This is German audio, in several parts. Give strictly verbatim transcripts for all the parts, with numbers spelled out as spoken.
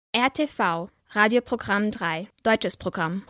R T V, Radioprogramm drei, deutsches Programm.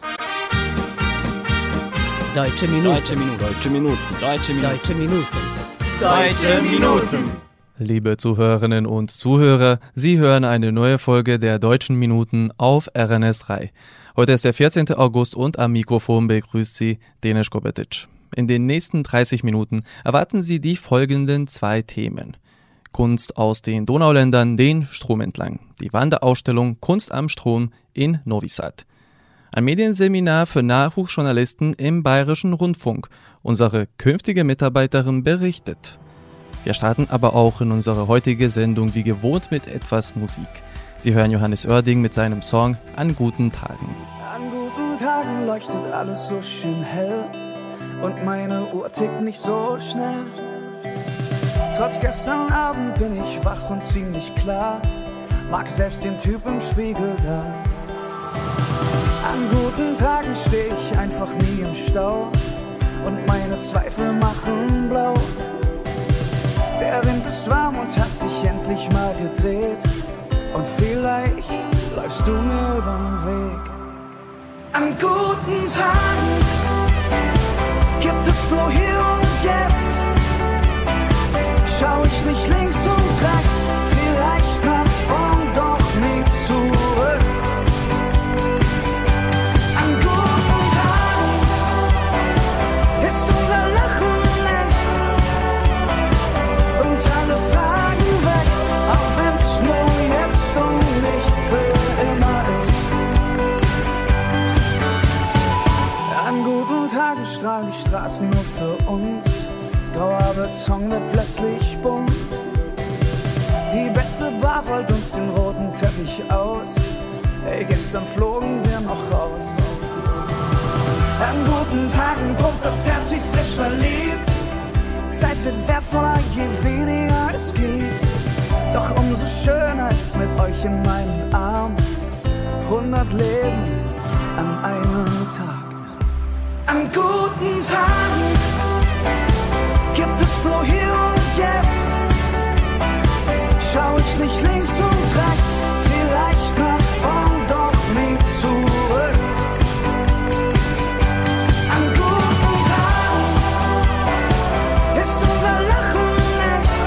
Deutsche Minuten. Deutsche Minuten. Deutsche Minuten. Deutsche Minuten. Deutsche Minuten. Deutsche Minuten. Liebe Zuhörerinnen und Zuhörer, Sie hören eine neue Folge der Deutschen Minuten auf R N S drei. Heute ist der vierzehnten August und am Mikrofon begrüßt Sie Denis Kopetic. In den nächsten dreißig Minuten erwarten Sie die folgenden zwei Themen. Kunst aus den Donauländern, den Strom entlang. Die Wanderausstellung Kunst am Strom in Novi Sad. Ein Medienseminar für Nachwuchsjournalisten im Bayerischen Rundfunk. Unsere künftige Mitarbeiterin berichtet. Wir starten aber auch in unsere heutige Sendung wie gewohnt mit etwas Musik. Sie hören Johannes Oerding mit seinem Song An guten Tagen. An guten Tagen leuchtet alles so schön hell und meine Uhr tickt nicht so schnell. Trotz gestern Abend bin ich wach und ziemlich klar, mag selbst den Typ im Spiegel da. An guten Tagen steh ich einfach nie im Stau und meine Zweifel machen blau. Der Wind ist warm und hat sich endlich mal gedreht und vielleicht läufst du mir übern Weg. An guten Tagen gibt es nur hier und jetzt. Schau ich nicht links und rechts, vielleicht nach vorn, doch nie zurück. An guten Tagen ist unser Lachen echt und alle Fragen weg, auch wenn's nur jetzt und nicht für immer ist. An guten Tagen strahlen die Straßen nur für uns. Grauer Beton wird plötzlich bunt. Die beste Bar rollt uns den roten Teppich aus. Ey, gestern flogen wir noch raus. An guten Tagen pumpt das Herz wie frisch verliebt. Zeit wird wertvoller, je weniger es gibt. Doch umso schöner ist's mit euch in meinen Armen. Hundert Leben an einem Tag. An guten Tagen gibt es nur hier und jetzt. Schau ich nicht links und rechts, vielleicht nach vorn, doch nie zurück. An guten Tagen ist unser Lachen echt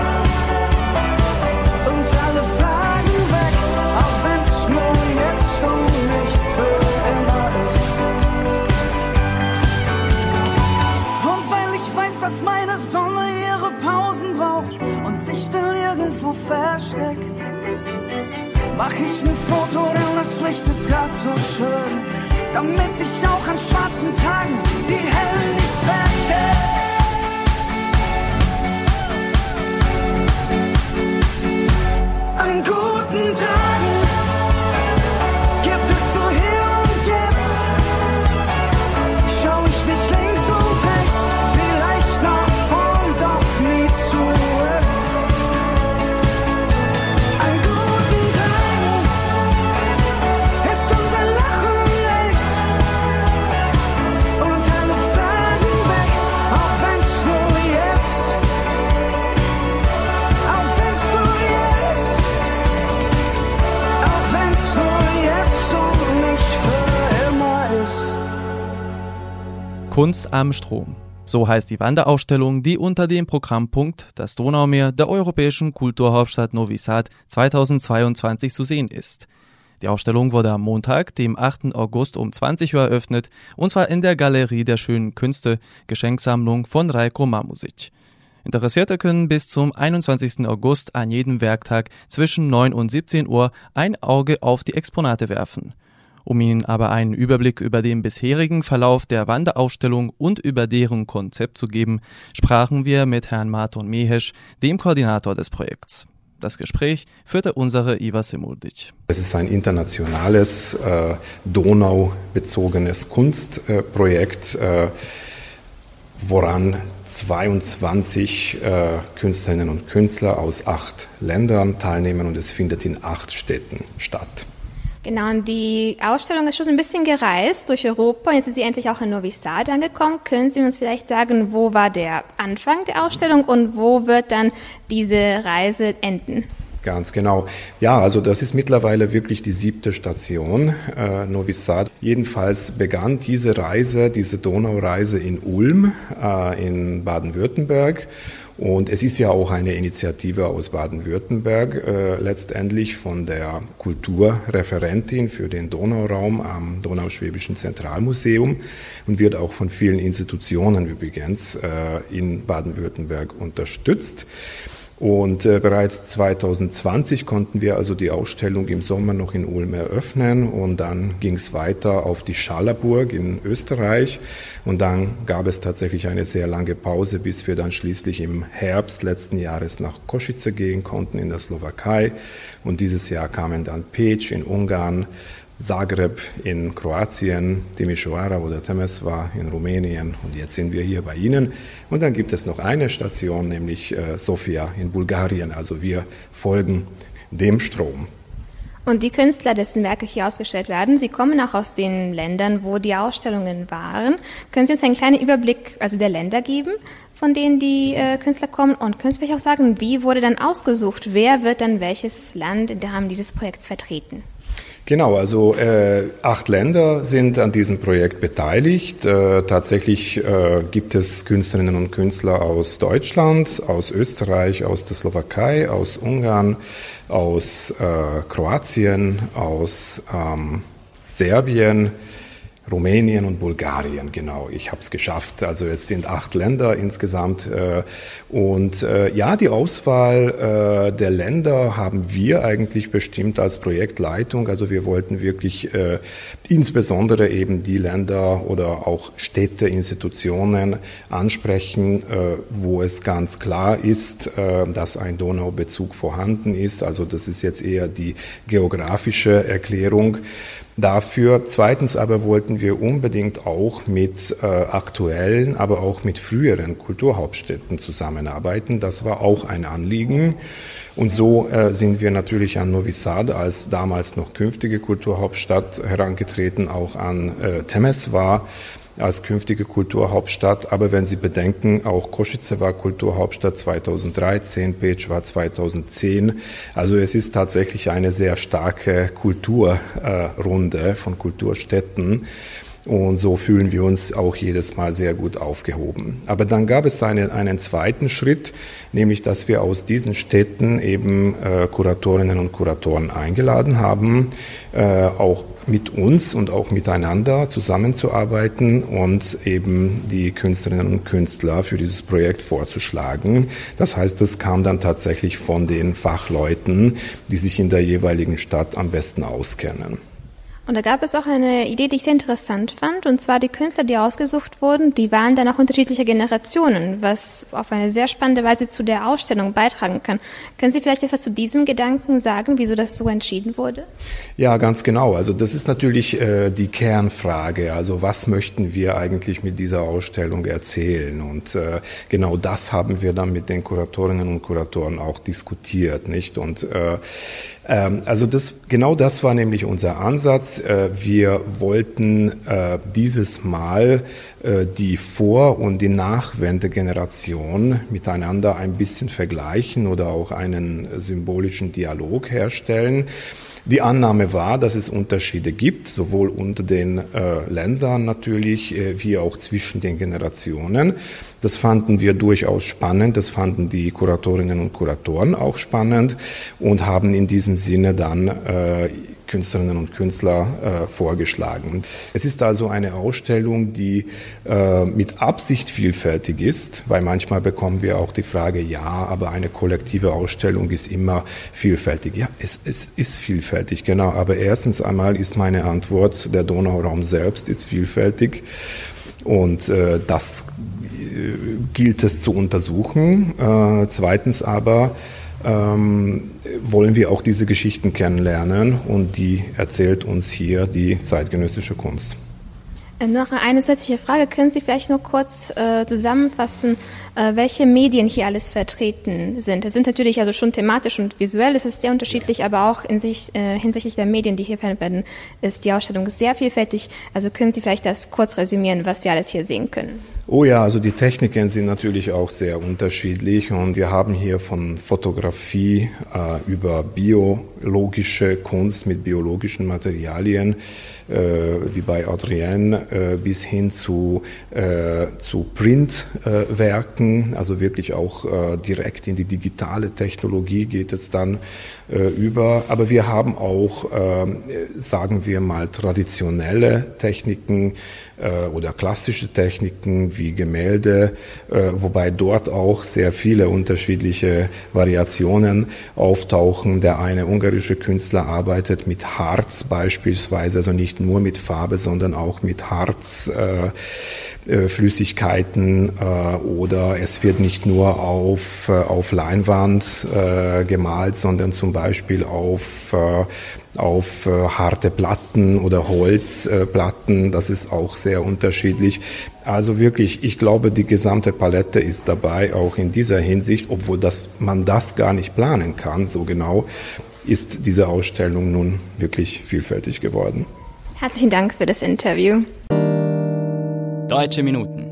und alle Fragen weg, auch wenn's nur jetzt und nicht für immer ist. Und weil ich weiß, dass meine Sonne ihre Pausen braucht und sich dann irgendwo versteckt, mach ich ein Foto, denn das Licht ist grad so schön, damit ich auch an schwarzen Tagen die hellen nicht vergesse. An guten Tagen gibt es nur hier und jetzt. Schau ich nicht links und rechts, vielleicht nach vorn, doch nie zurück. An guten Tagen ist unser Lachen echt und alle Fragen weg, auch wenn's nur jetzt, auch wenn's nur jetzt, auch wenn's nur jetzt und nicht für immer ist. Kunst am Strom. So heißt die Wanderausstellung, die unter dem Programmpunkt Das Donaumeer der europäischen Kulturhauptstadt Novi Sad zweitausendzweiundzwanzig zu sehen ist. Die Ausstellung wurde am Montag, dem achten August um zwanzig Uhr eröffnet, und zwar in der Galerie der Schönen Künste, Geschenksammlung von Rajko Mamusic. Interessierte können bis zum einundzwanzigsten August an jedem Werktag zwischen neun und siebzehn Uhr ein Auge auf die Exponate werfen. Um Ihnen aber einen Überblick über den bisherigen Verlauf der Wanderausstellung und über deren Konzept zu geben, sprachen wir mit Herrn Marton Mehesch, dem Koordinator des Projekts. Das Gespräch führte unsere Iva Simurdic. Es ist ein internationales, äh, Donau-bezogenes Kunstprojekt, äh, woran zweiundzwanzig äh, Künstlerinnen und Künstler aus acht Ländern teilnehmen, und es findet in acht Städten statt. Genau, und die Ausstellung ist schon ein bisschen gereist durch Europa. Jetzt ist sie endlich auch in Novi Sad angekommen. Können Sie uns vielleicht sagen, wo war der Anfang der Ausstellung und wo wird dann diese Reise enden? Ganz genau. Ja, also das ist mittlerweile wirklich die siebte Station, äh, Novi Sad. Jedenfalls begann diese Reise, diese Donaureise in Ulm, äh, in Baden-Württemberg. Und es ist ja auch eine Initiative aus Baden-Württemberg, äh, letztendlich von der Kulturreferentin für den Donauraum am Donauschwäbischen Zentralmuseum und wird auch von vielen Institutionen übrigens äh, in Baden-Württemberg unterstützt. Und äh, bereits zwanzig zwanzig konnten wir also die Ausstellung im Sommer noch in Ulm eröffnen und dann ging es weiter auf die Schallerburg in Österreich und dann gab es tatsächlich eine sehr lange Pause, bis wir dann schließlich im Herbst letzten Jahres nach Košice gehen konnten in der Slowakei und dieses Jahr kamen dann Pécs in Ungarn, Zagreb in Kroatien, Timișoara oder Temeswar in Rumänien und jetzt sind wir hier bei Ihnen. Und dann gibt es noch eine Station, nämlich äh, Sofia in Bulgarien. Also wir folgen dem Strom. Und die Künstler, dessen Werke hier ausgestellt werden, sie kommen auch aus den Ländern, wo die Ausstellungen waren. Können Sie uns einen kleinen Überblick also der Länder geben, von denen die äh, Künstler kommen? Und können Sie vielleicht auch sagen, wie wurde dann ausgesucht? Wer wird dann welches Land im Rahmen dieses Projekts vertreten? Genau, also äh, acht Länder sind an diesem Projekt beteiligt. Äh, tatsächlich äh, gibt es Künstlerinnen und Künstler aus Deutschland, aus Österreich, aus der Slowakei, aus Ungarn, aus äh, Kroatien, aus ähm, Serbien, Rumänien und Bulgarien, genau. Ich habe es geschafft. Also es sind acht Länder insgesamt. Äh, und äh, ja, die Auswahl äh, der Länder haben wir eigentlich bestimmt als Projektleitung. Also wir wollten wirklich äh, insbesondere eben die Länder oder auch Städte, Institutionen ansprechen, äh, wo es ganz klar ist, äh, dass ein Donaubezug vorhanden ist. Also das ist jetzt eher die geografische Erklärung dafür. Zweitens aber wollten wir unbedingt auch mit äh, aktuellen, aber auch mit früheren Kulturhauptstädten zusammenarbeiten. Das war auch ein Anliegen. Und so äh, sind wir natürlich an Novi Sad als damals noch künftige Kulturhauptstadt herangetreten, auch an äh, Temeswar als künftige Kulturhauptstadt. Aber wenn Sie bedenken, auch Košice war Kulturhauptstadt zweitausenddreizehn, Pécs war zweitausendzehn. Also es ist tatsächlich eine sehr starke Kulturrunde äh, von Kulturstädten. Und so fühlen wir uns auch jedes Mal sehr gut aufgehoben. Aber dann gab es einen, einen zweiten Schritt, nämlich dass wir aus diesen Städten eben äh, Kuratorinnen und Kuratoren eingeladen haben, äh, auch mit uns und auch miteinander zusammenzuarbeiten und eben die Künstlerinnen und Künstler für dieses Projekt vorzuschlagen. Das heißt, das kam dann tatsächlich von den Fachleuten, die sich in der jeweiligen Stadt am besten auskennen. Und da gab es auch eine Idee, die ich sehr interessant fand, und zwar die Künstler, die ausgesucht wurden, die waren dann auch unterschiedlicher Generationen, was auf eine sehr spannende Weise zu der Ausstellung beitragen kann. Können Sie vielleicht etwas zu diesem Gedanken sagen, wieso das so entschieden wurde? Ja, ganz genau. Also das ist natürlich äh, die Kernfrage. Also was möchten wir eigentlich mit dieser Ausstellung erzählen? Und äh, genau das haben wir dann mit den Kuratorinnen und Kuratoren auch diskutiert, nicht? Und äh, Also das, genau das war nämlich unser Ansatz. Wir wollten dieses Mal die Vor- und die Nachwendegeneration miteinander ein bisschen vergleichen oder auch einen symbolischen Dialog herstellen. Die Annahme war, dass es Unterschiede gibt, sowohl unter den äh, Ländern natürlich, äh, wie auch zwischen den Generationen. Das fanden wir durchaus spannend, das fanden die Kuratorinnen und Kuratoren auch spannend und haben in diesem Sinne dann äh, Künstlerinnen und Künstler äh, vorgeschlagen. Es ist also eine Ausstellung, die äh, mit Absicht vielfältig ist, weil manchmal bekommen wir auch die Frage, ja, aber eine kollektive Ausstellung ist immer vielfältig. Ja, es, es ist vielfältig, genau. Aber erstens einmal ist meine Antwort, der Donauraum selbst ist vielfältig. Und äh, das äh, gilt es zu untersuchen. Äh, zweitens aber ähm, wollen wir auch diese Geschichten kennenlernen und die erzählt uns hier die zeitgenössische Kunst. Noch eine zusätzliche Frage. Können Sie vielleicht nur kurz äh, zusammenfassen, äh, welche Medien hier alles vertreten sind? Es sind natürlich also schon thematisch und visuell, es ist sehr unterschiedlich, ja. aber auch in sich, äh, hinsichtlich der Medien, die hier verwendet werden, ist die Ausstellung sehr vielfältig. Also können Sie vielleicht das kurz resümieren, was wir alles hier sehen können? Oh ja, also die Techniken sind natürlich auch sehr unterschiedlich und wir haben hier von Fotografie äh, über biologische Kunst mit biologischen Materialien, äh, wie bei Adrienne, äh, bis hin zu, äh, zu Printwerken, äh, also wirklich auch äh, direkt in die digitale Technologie geht es dann äh, über. Aber wir haben auch, äh, sagen wir mal, traditionelle Techniken, oder klassische Techniken wie Gemälde, wobei dort auch sehr viele unterschiedliche Variationen auftauchen. Der eine ungarische Künstler arbeitet mit Harz beispielsweise, also nicht nur mit Farbe, sondern auch mit Harz. Flüssigkeiten äh, oder es wird nicht nur auf, äh, auf Leinwand äh, gemalt, sondern zum Beispiel auf, äh, auf äh, harte Platten oder Holzplatten. Äh, das ist auch sehr unterschiedlich. Also wirklich, ich glaube, die gesamte Palette ist dabei, auch in dieser Hinsicht, obwohl das, man das gar nicht planen kann, so genau, ist diese Ausstellung nun wirklich vielfältig geworden. Herzlichen Dank für das Interview. Deutsche Minuten.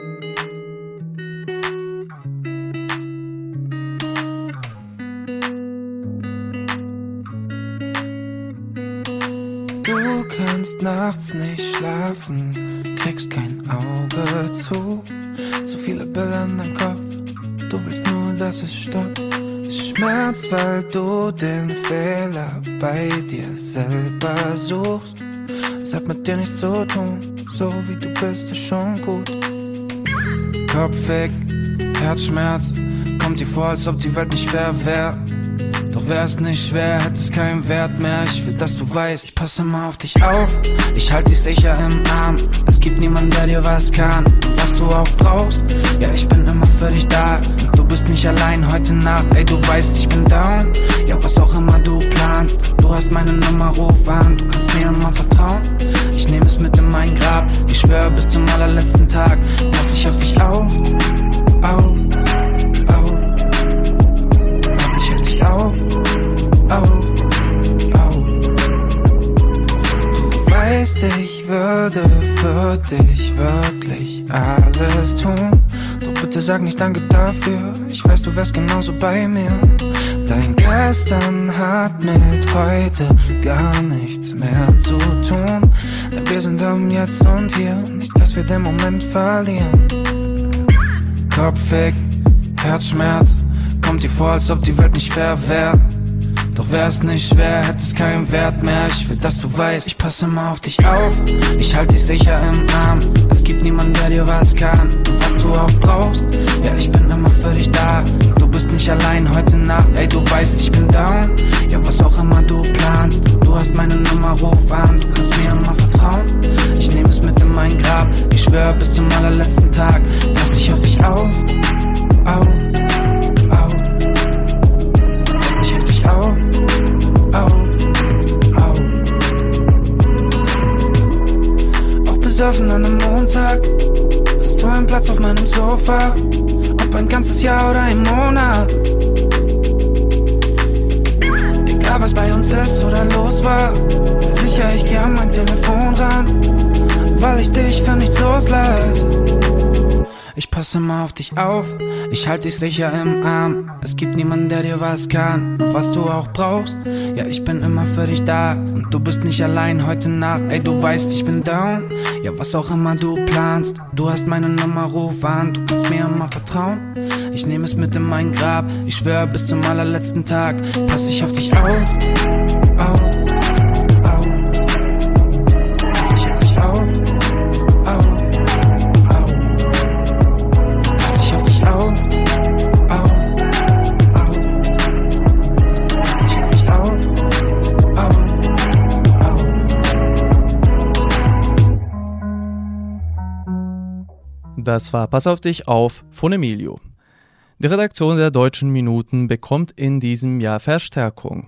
Du kannst nachts nicht schlafen, kriegst kein Auge zu. Zu viele Bilder in deinem Kopf, du willst nur, dass es stoppt. Es schmerzt, weil du den Fehler bei dir selber suchst. Es hat mit dir nichts zu tun. So wie du bist, ist schon gut. Kopf weg, Herzschmerz, kommt dir vor, als ob die Welt nicht fair wäre. Doch wär's nicht schwer, hätte es keinen Wert mehr. Ich will, dass du weißt, ich passe immer auf dich auf. Ich halte dich sicher im Arm. Es gibt niemanden, der dir was kann, was du auch brauchst. Ja, ich bin immer für dich da. Du bist nicht allein heute Nacht. Ey, du weißt, ich bin down. Ja, was auch immer du planst. Du hast meine Nummer, ruf an. Du kannst mir immer vertrauen. Ich nehme es mit in mein Grab. Ich schwöre, bis zum allerletzten Tag pass ich auf dich auf, auf, auf. Pass ich auf dich auf, auf, auf. Du weißt, ich würde für dich wirklich alles tun. Doch bitte sag nicht danke dafür. Ich weiß, du wärst genauso bei mir. Dein Gestern hat mit heute gar nichts mehr zu tun. Denn wir sind am Jetzt und Hier. Nicht, dass wir den Moment verlieren. Kopf weg, Herzschmerz, kommt dir vor, als ob die Welt nicht fair wäre. Doch wär's nicht schwer, hätte es keinen Wert mehr. Ich will, dass du weißt, ich passe immer auf dich auf. Ich halte dich sicher im Arm. Es gibt niemanden, der dir was kann, was du auch brauchst. Ja, ich bin immer für dich da. Du bist nicht allein heute Nacht. Ey, du weißt, ich bin down. Ja, was auch immer du planst. Du hast meine Nummer, ruf an. Du kannst mir immer vertrauen. Ich nehme es mit in mein Grab. Ich schwöre, bis zum allerletzten Tag pass ich auf dich auf, auf, auf. Pass ich auf dich auf, auf, auf. Auch besoffen an einem Montag hast du einen Platz auf meinem Sofa. Ob ein ganzes Jahr oder ein Monat. Egal was bei uns ist oder los war, sei sicher, ich geh an mein Telefon ran, weil ich dich für nichts loslasse. Ich passe immer auf dich auf, ich halte dich sicher im Arm. Es gibt niemanden, der dir was kann und was du auch brauchst. Ja, ich bin immer für dich da und du bist nicht allein heute Nacht. Ey, du weißt, ich bin down. Ja, was auch immer du planst. Du hast meine Nummer, ruf an. Du kannst mir immer vertrauen. Ich nehme es mit in mein Grab. Ich schwöre, bis zum allerletzten Tag pass ich auf dich auf, auf, auf. Pass ich auf dich auf, auf. Auf, auf, auf. Pass ich auf dich auf, auf, auf. Das war Pass auf dich auf von Emilio. Die Redaktion der Deutschen Minuten bekommt in diesem Jahr Verstärkung.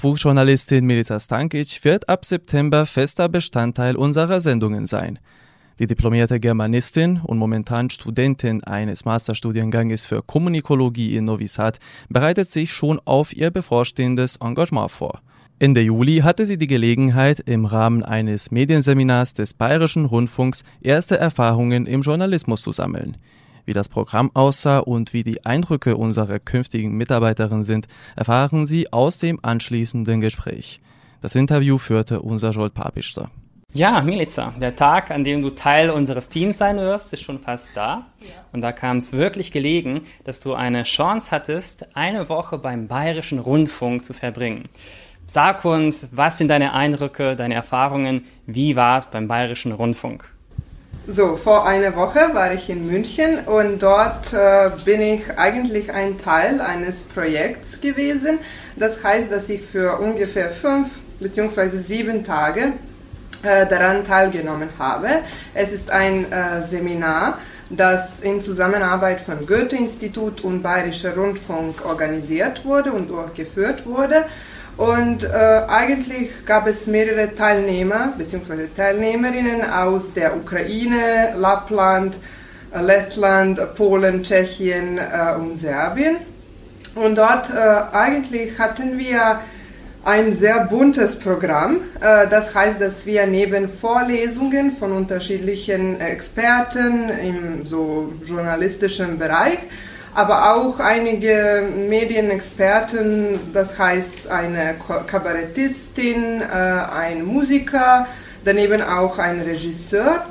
Nachwuchsjournalistin Milica Stankic wird ab September fester Bestandteil unserer Sendungen sein. Die diplomierte Germanistin und momentan Studentin eines Masterstudienganges für Kommunikologie in Novi Sad bereitet sich schon auf ihr bevorstehendes Engagement vor. Ende Juli hatte sie die Gelegenheit, im Rahmen eines Medienseminars des Bayerischen Rundfunks erste Erfahrungen im Journalismus zu sammeln. Wie das Programm aussah und wie die Eindrücke unserer künftigen Mitarbeiterin sind, erfahren Sie aus dem anschließenden Gespräch. Das Interview führte unser Jolt Papister. Ja, Milica, der Tag, an dem du Teil unseres Teams sein wirst, ist schon fast da. Ja. Und da kam es wirklich gelegen, dass du eine Chance hattest, eine Woche beim Bayerischen Rundfunk zu verbringen. Sag uns, was sind deine Eindrücke, deine Erfahrungen, wie war es beim Bayerischen Rundfunk? So, vor einer Woche war ich in München und dort äh, bin ich eigentlich ein Teil eines Projekts gewesen. Das heißt, dass ich für ungefähr fünf bzw. sieben Tage daran teilgenommen habe. Es ist ein äh, Seminar, das in Zusammenarbeit von Goethe-Institut und Bayerischer Rundfunk organisiert wurde und durchgeführt wurde. Und äh, eigentlich gab es mehrere Teilnehmer bzw. Teilnehmerinnen aus der Ukraine, Lappland, Lettland, Polen, Tschechien äh, und Serbien. Und dort äh, eigentlich hatten wir ein sehr buntes Programm. Das heißt, dass wir neben Vorlesungen von unterschiedlichen Experten im so journalistischen Bereich, aber auch einige Medienexperten, das heißt eine Kabarettistin, ein Musiker, daneben auch ein Regisseur.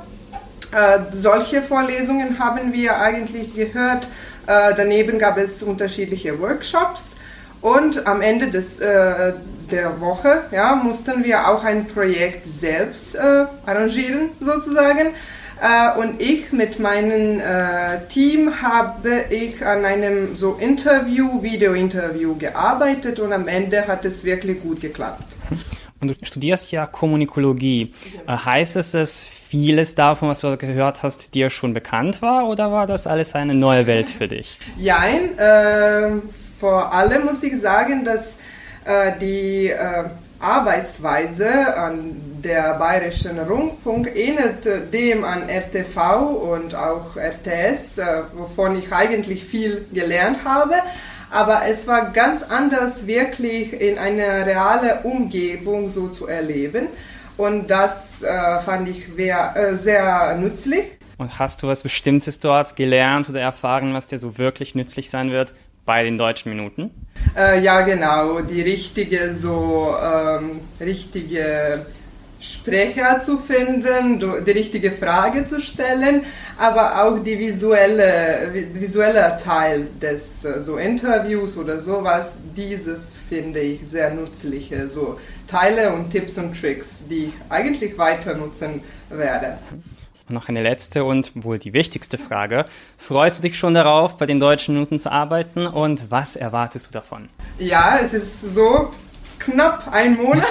Solche Vorlesungen haben wir eigentlich gehört. Daneben gab es unterschiedliche Workshops. Und am Ende des, äh, der Woche ja, mussten wir auch ein Projekt selbst äh, arrangieren, sozusagen. Äh, und ich mit meinem äh, Team habe ich an einem so Interview, Video-Interview gearbeitet und am Ende hat es wirklich gut geklappt. Und du studierst ja Kommunikologie. Äh, heißt es, dass vieles davon, was du gehört hast, dir schon bekannt war oder war das alles eine neue Welt für dich? Nein, äh, vor allem muss ich sagen, dass äh, die äh, Arbeitsweise an der Bayerischen Rundfunk ähnelt äh, dem an R T V und auch R T S, äh, wovon ich eigentlich viel gelernt habe. Aber es war ganz anders, wirklich in einer realen Umgebung so zu erleben. Und das äh, fand ich sehr, äh, sehr nützlich. Und hast du was Bestimmtes dort gelernt oder erfahren, was dir so wirklich nützlich sein wird bei den deutschen Minuten? Äh, ja, genau. Die richtige, so, ähm, richtige Sprecher zu finden, die richtige Frage zu stellen, aber auch die visuelle, visuelle Teil des so Interviews oder sowas, diese finde ich sehr nützliche so Teile und Tipps und Tricks, die ich eigentlich weiter nutzen werde. Und noch eine letzte und wohl die wichtigste Frage. Freust du dich schon darauf, bei den deutschen Minuten zu arbeiten und was erwartest du davon? Ja, es ist so knapp ein Monat.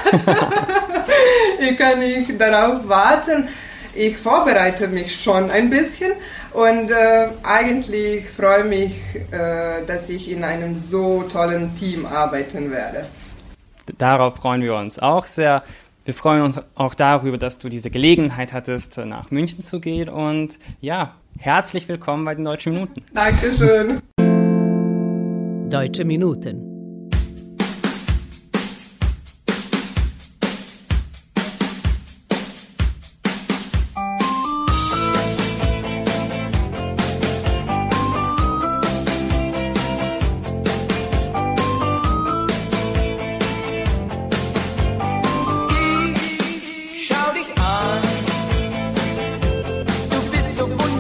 Ich kann nicht darauf warten. Ich vorbereite mich schon ein bisschen und äh, eigentlich freue mich, äh, dass ich in einem so tollen Team arbeiten werde. Darauf freuen wir uns auch sehr. Wir freuen uns auch darüber, dass du diese Gelegenheit hattest, nach München zu gehen. Und ja, herzlich willkommen bei den Deutschen Minuten. Dankeschön. Deutsche Minuten.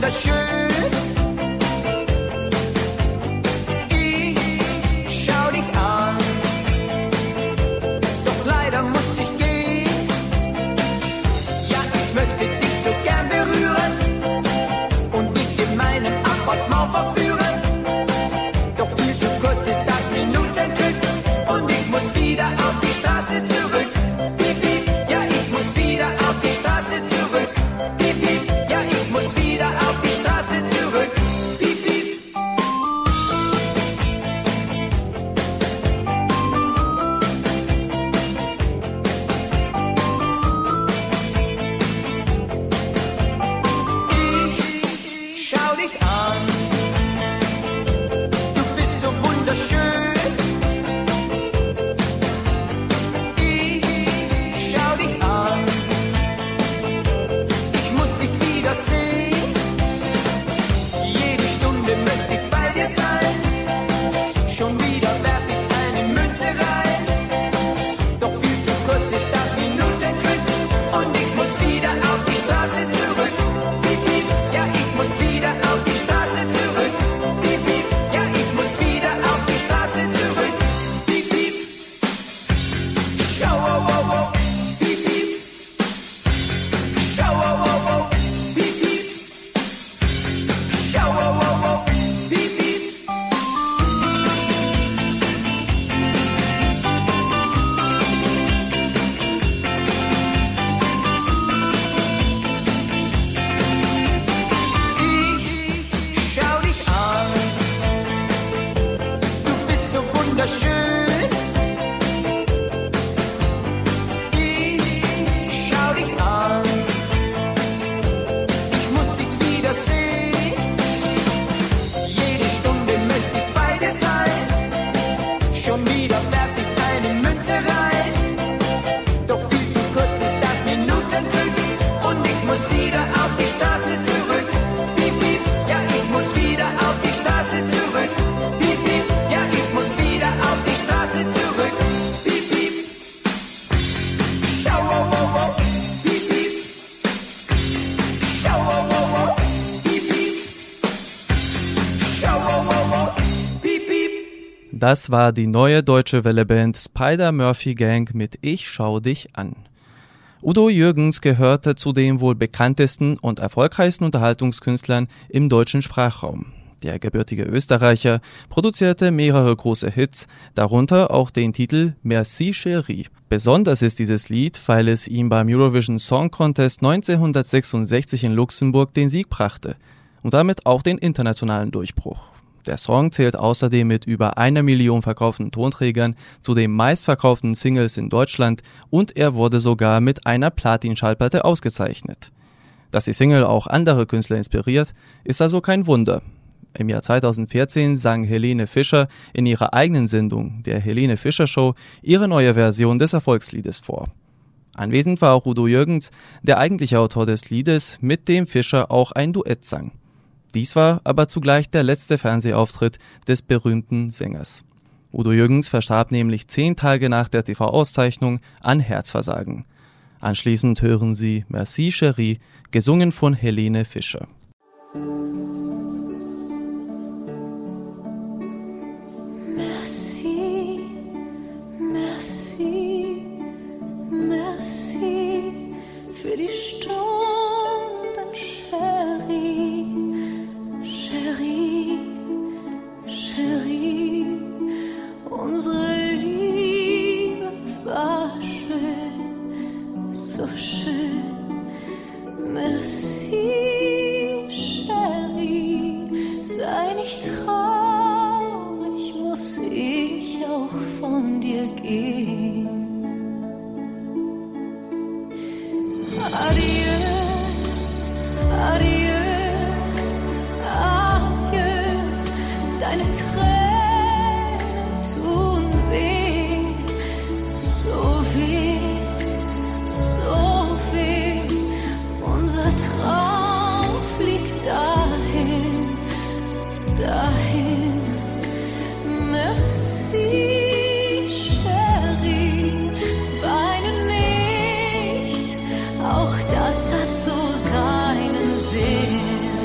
Schön. Ich schau dich an. Das war die neue deutsche Welleband Spider-Murphy Gang mit Ich schau dich an. Udo Jürgens gehörte zu den wohl bekanntesten und erfolgreichsten Unterhaltungskünstlern im deutschen Sprachraum. Der gebürtige Österreicher produzierte mehrere große Hits, darunter auch den Titel Merci Chérie. Besonders ist dieses Lied, weil es ihm beim Eurovision Song Contest neunzehnhundertsechsundsechzig in Luxemburg den Sieg brachte und damit auch den internationalen Durchbruch. Der Song zählt außerdem mit über einer Million verkauften Tonträgern zu den meistverkauften Singles in Deutschland und er wurde sogar mit einer Platin-Schallplatte ausgezeichnet. Dass die Single auch andere Künstler inspiriert, ist also kein Wunder. Im Jahr zweitausendvierzehn sang Helene Fischer in ihrer eigenen Sendung, der Helene Fischer Show, ihre neue Version des Erfolgsliedes vor. Anwesend war auch Udo Jürgens, der eigentliche Autor des Liedes, mit dem Fischer auch ein Duett sang. Dies war aber zugleich der letzte Fernsehauftritt des berühmten Sängers. Udo Jürgens verstarb nämlich zehn Tage nach der T V-Auszeichnung an Herzversagen. Anschließend hören Sie Merci Chérie, gesungen von Helene Fischer. Merci, merci, merci für die Stunden, Chérie. Chérie, Chérie, unsere Liebe war schön, so schön. Merci, Chérie, sei nicht traurig, muss ich auch von dir gehen. Adieu, adieu. Deine Tränen tun weh, so weh, so weh. Unser Traum fliegt dahin, dahin. Merci, Chérie, weine nicht, auch das hat so seinen Sinn.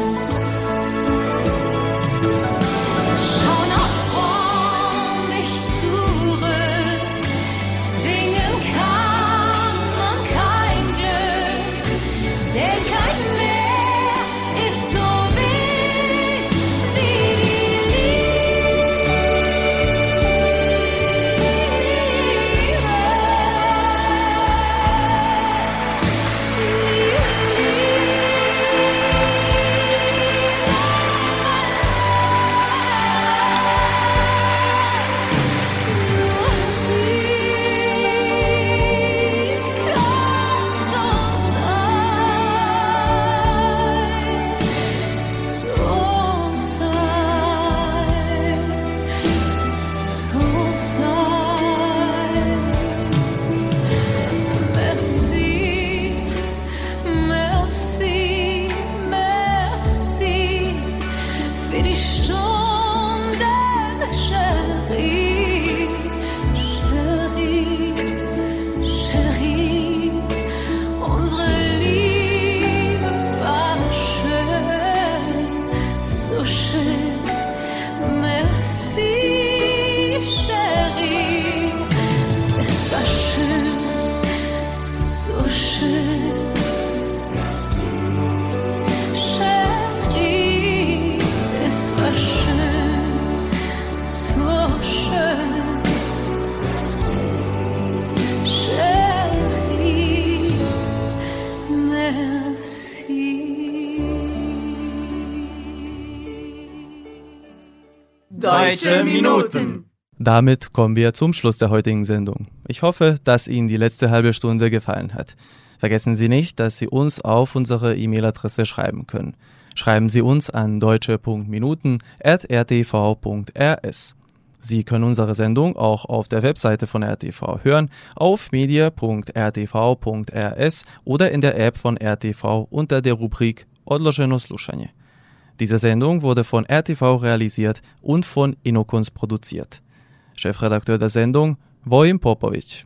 Deutsche Minuten. Damit kommen wir zum Schluss der heutigen Sendung. Ich hoffe, dass Ihnen die letzte halbe Stunde gefallen hat. Vergessen Sie nicht, dass Sie uns auf unsere E-Mail-Adresse schreiben können. Schreiben Sie uns an deutsche punkt minuten at r t v punkt r s. Sie können unsere Sendung auch auf der Webseite von R T V hören, auf media punkt r t v punkt r s oder in der App von R T V unter der Rubrik Odloženo slušanje. Diese Sendung wurde von R T V realisiert und von Innokunst produziert. Chefredakteur der Sendung, Vojin Popovic.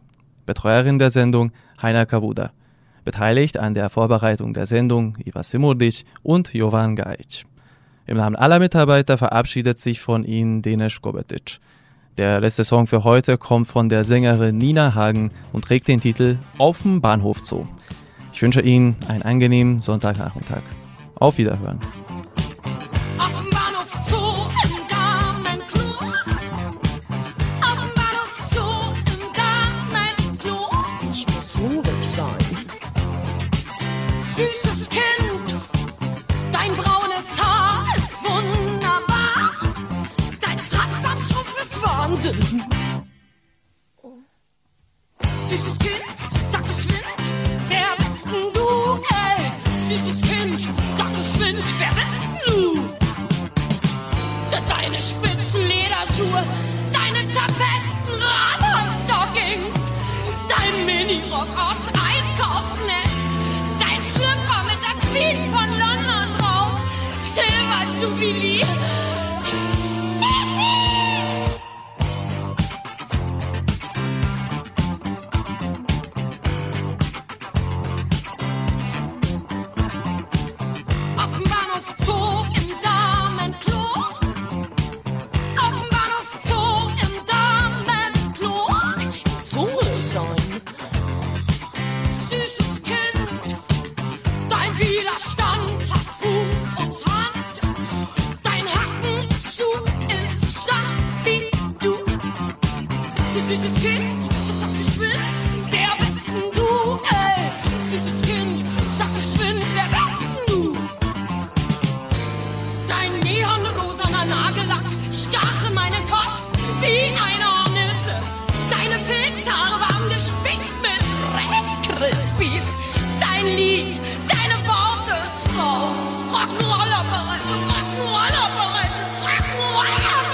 Betreuerin der Sendung Heiner Kabuda. Beteiligt an der Vorbereitung der Sendung Iva Simurdic und Jovan Gajic. Im Namen aller Mitarbeiter verabschiedet sich von Ihnen Denis Gobetic. Der letzte Song für heute kommt von der Sängerin Nina Hagen und trägt den Titel Auf'm Bahnhof Zoo. Ich wünsche Ihnen einen angenehmen Sonntagnachmittag. Auf Wiederhören. Süßes Kind, sag geschwind, wer bist denn du, ey? Süßes Kind, sag geschwind, wer bist denn du? Deine spitzen Lederschuhe, deine zerfetzten Rubber-Stockings, dein Minirock aus Einkaufsnetz, dein Schlüpper mit der Queen von London drauf, Silver Jubilee. Süßes Kind, sag geschwind, wer bist denn du, ey? Süßes Kind, sag geschwind, wer bist denn du? Dein neonrosaner Nagellack stach in meinen Kopf wie eine Hornisse. Deine Filzhaare waren gespickt mit Rice Krispies. Dein Lied, deine Worte, oh, Rock'n'Roll-Operette, Rock'n'Roll-Operette, Rock'n'Roll-Operette.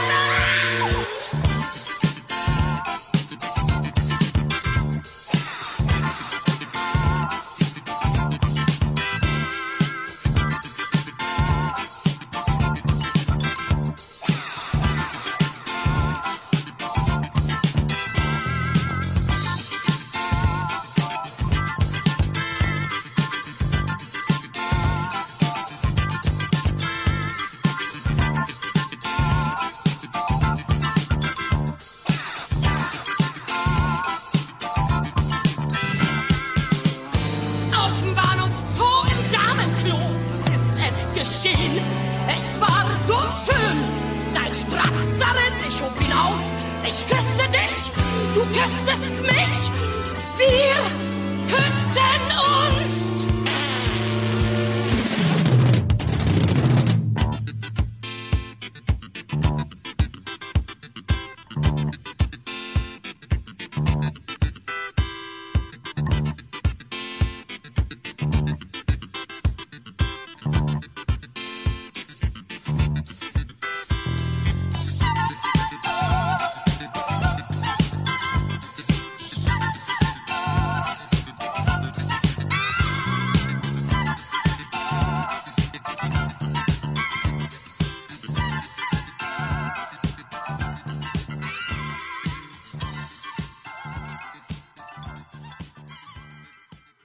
Geschehen. Es war so schön, dein Strapf zerriss, ich hob ihn auf, ich küsste dich, du küsstest